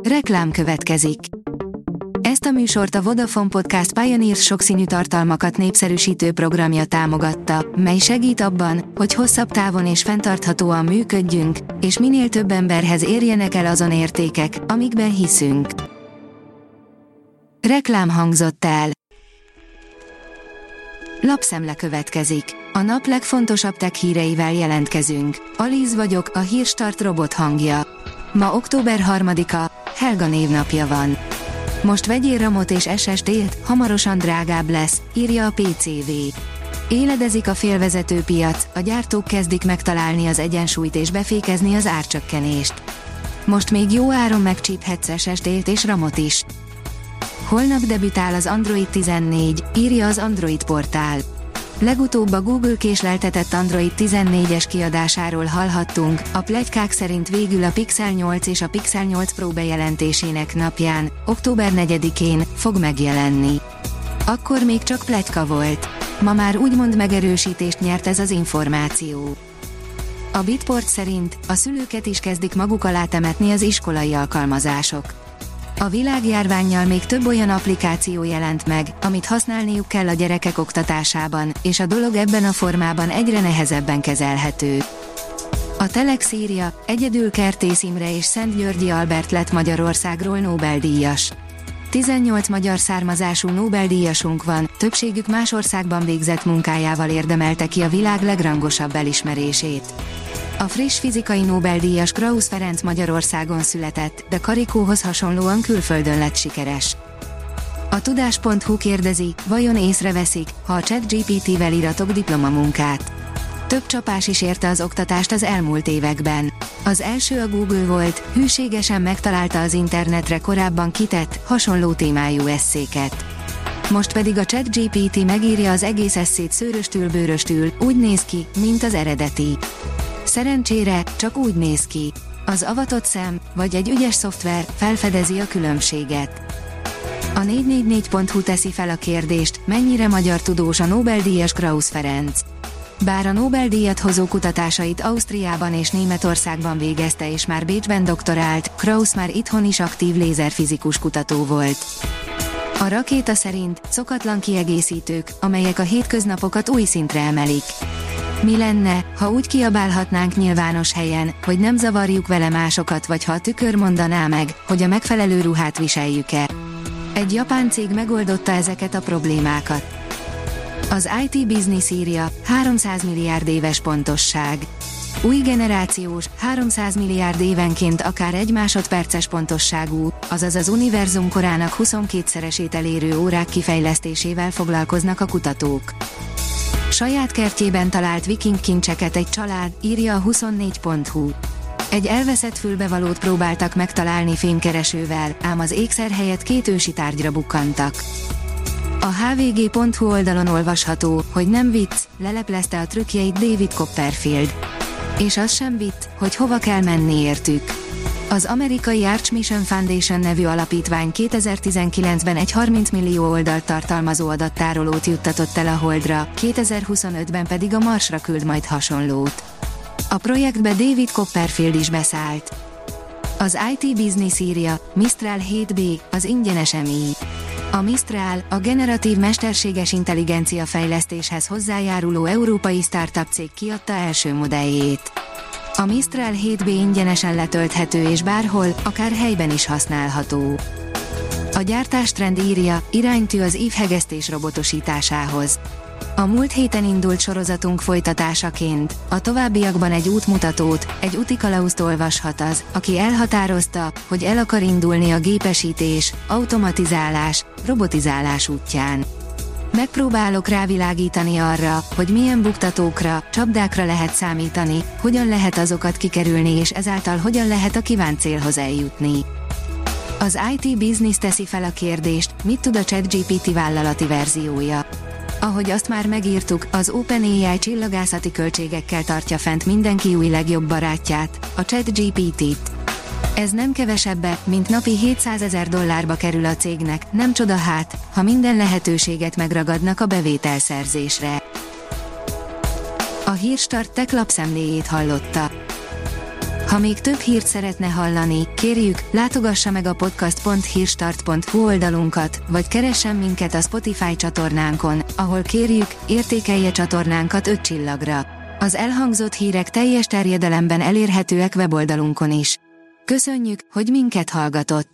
Reklám következik. Ezt a műsort a Vodafone Podcast Pioneers sokszínű tartalmakat népszerűsítő programja támogatta, mely segít abban, hogy hosszabb távon és fenntarthatóan működjünk, és minél több emberhez érjenek el azon értékek, amikben hiszünk. Reklám hangzott el. Lapszemle következik. A nap legfontosabb tech híreivel jelentkezünk. Alíz vagyok, a Hírstart robot hangja. Ma október 3-a, Helga névnapja van. Most vegyél RAM-ot és SSD-t, hamarosan drágább lesz, írja a PCV. Éledezik a félvezető piac, a gyártók kezdik megtalálni az egyensúlyt és befékezni az árcsökkenést. Most még jó áron megcsíphetsz SSD-t és RAM-ot is. Holnap debütál az Android 14, írja az Android portál. Legutóbb a Google késleltetett Android 14-es kiadásáról hallhattunk, a pletykák szerint végül a Pixel 8 és a Pixel 8 Pro bejelentésének napján, október 4-én fog megjelenni. Akkor még csak pletyka volt. Ma már úgymond megerősítést nyert ez az információ. A Bitport szerint a szülőket is kezdik maguk alá temetni az iskolai alkalmazások. A világjárvánnyal még több olyan applikáció jelent meg, amit használniuk kell a gyerekek oktatásában, és a dolog ebben a formában egyre nehezebben kezelhető. A Telex írja, egyedül Kertész Imre és Szentgyörgyi Albert lett Magyarországról Nobel-díjas. 18 magyar származású Nobel-díjasunk van, többségük más országban végzett munkájával érdemelte ki a világ legrangosabb elismerését. A friss fizikai Nobel-díjas Krausz Ferenc Magyarországon született, de Karikóhoz hasonlóan külföldön lett sikeres. A tudás.hu kérdezi, vajon észreveszik, ha a ChatGPT-vel íratok diplomamunkát? Több csapás is érte az oktatást az elmúlt években. Az első a Google volt, hűségesen megtalálta az internetre korábban kitett, hasonló témájú esszéket. Most pedig a ChatGPT megírja az egész esszét szőröstül-bőröstül, úgy néz ki, mint az eredeti. Szerencsére csak úgy néz ki. Az avatott szem, vagy egy ügyes szoftver felfedezi a különbséget. A 444.hu teszi fel a kérdést, mennyire magyar tudós a Nobel-díjas Krausz Ferenc. Bár a Nobel-díjat hozó kutatásait Ausztriában és Németországban végezte és már Bécsben doktorált, Krausz már itthon is aktív lézerfizikus kutató volt. A rakéta szerint szokatlan kiegészítők, amelyek a hétköznapokat új szintre emelik. Mi lenne, ha úgy kiabálhatnánk nyilvános helyen, hogy nem zavarjuk vele másokat, vagy ha a tükör mondaná meg, hogy a megfelelő ruhát viseljük-e? Egy japán cég megoldotta ezeket a problémákat. Az IT Business írja, 300 milliárd éves pontosság. Új generációs, 300 milliárd évenként akár 1 másodperces pontosságú, azaz az univerzum korának 22-szeresét elérő órák kifejlesztésével foglalkoznak a kutatók. Saját kertjében talált viking kincseket egy család, írja a 24.hu. Egy elveszett fülbevalót próbáltak megtalálni fémkeresővel, ám az ékszer helyett 2 ősi tárgyra bukkantak. A hvg.hu oldalon olvasható, hogy nem vicc, leleplezte a trükkjeit David Copperfield. És az sem vicc, hogy hova kell menni értük. Az amerikai Arch Mission Foundation nevű alapítvány 2019-ben egy 30 millió oldalt tartalmazó adattárolót juttatott el a Holdra, 2025-ben pedig a Marsra küld majd hasonlót. A projektbe David Copperfield is beszállt. Az IT Business írja, Mistral 7B, az ingyenes MI. A Mistral, a generatív mesterséges intelligencia fejlesztéshez hozzájáruló európai startup cég kiadta első modelljét. A Mistral 7B ingyenesen letölthető és bárhol, akár helyben is használható. A gyártástrend írja, iránytű az ívhegesztés robotosításához. A múlt héten indult sorozatunk folytatásaként, a továbbiakban egy útmutatót, egy útikalauzt olvashat az, aki elhatározta, hogy el akar indulni a gépesítés, automatizálás, robotizálás útján. Megpróbálok rávilágítani arra, hogy milyen buktatókra, csapdákra lehet számítani, hogyan lehet azokat kikerülni és ezáltal hogyan lehet a kívánt célhoz eljutni. Az IT Business teszi fel a kérdést, mit tud a ChatGPT vállalati verziója. Ahogy azt már megírtuk, az OpenAI csillagászati költségekkel tartja fent mindenki új legjobb barátját, a ChatGPT-t. Ez nem kevesebbe, mint napi $700,000 kerül a cégnek, nem csoda hát, ha minden lehetőséget megragadnak a bevételszerzésre. A Hírstart tech lapszemléjét hallotta. Ha még több hírt szeretne hallani, kérjük, látogassa meg a podcast.hírstart.hu oldalunkat, vagy keressen minket a Spotify csatornánkon, ahol kérjük, értékelje csatornánkat 5 csillagra. Az elhangzott hírek teljes terjedelemben elérhetőek weboldalunkon is. Köszönjük, hogy minket hallgatott!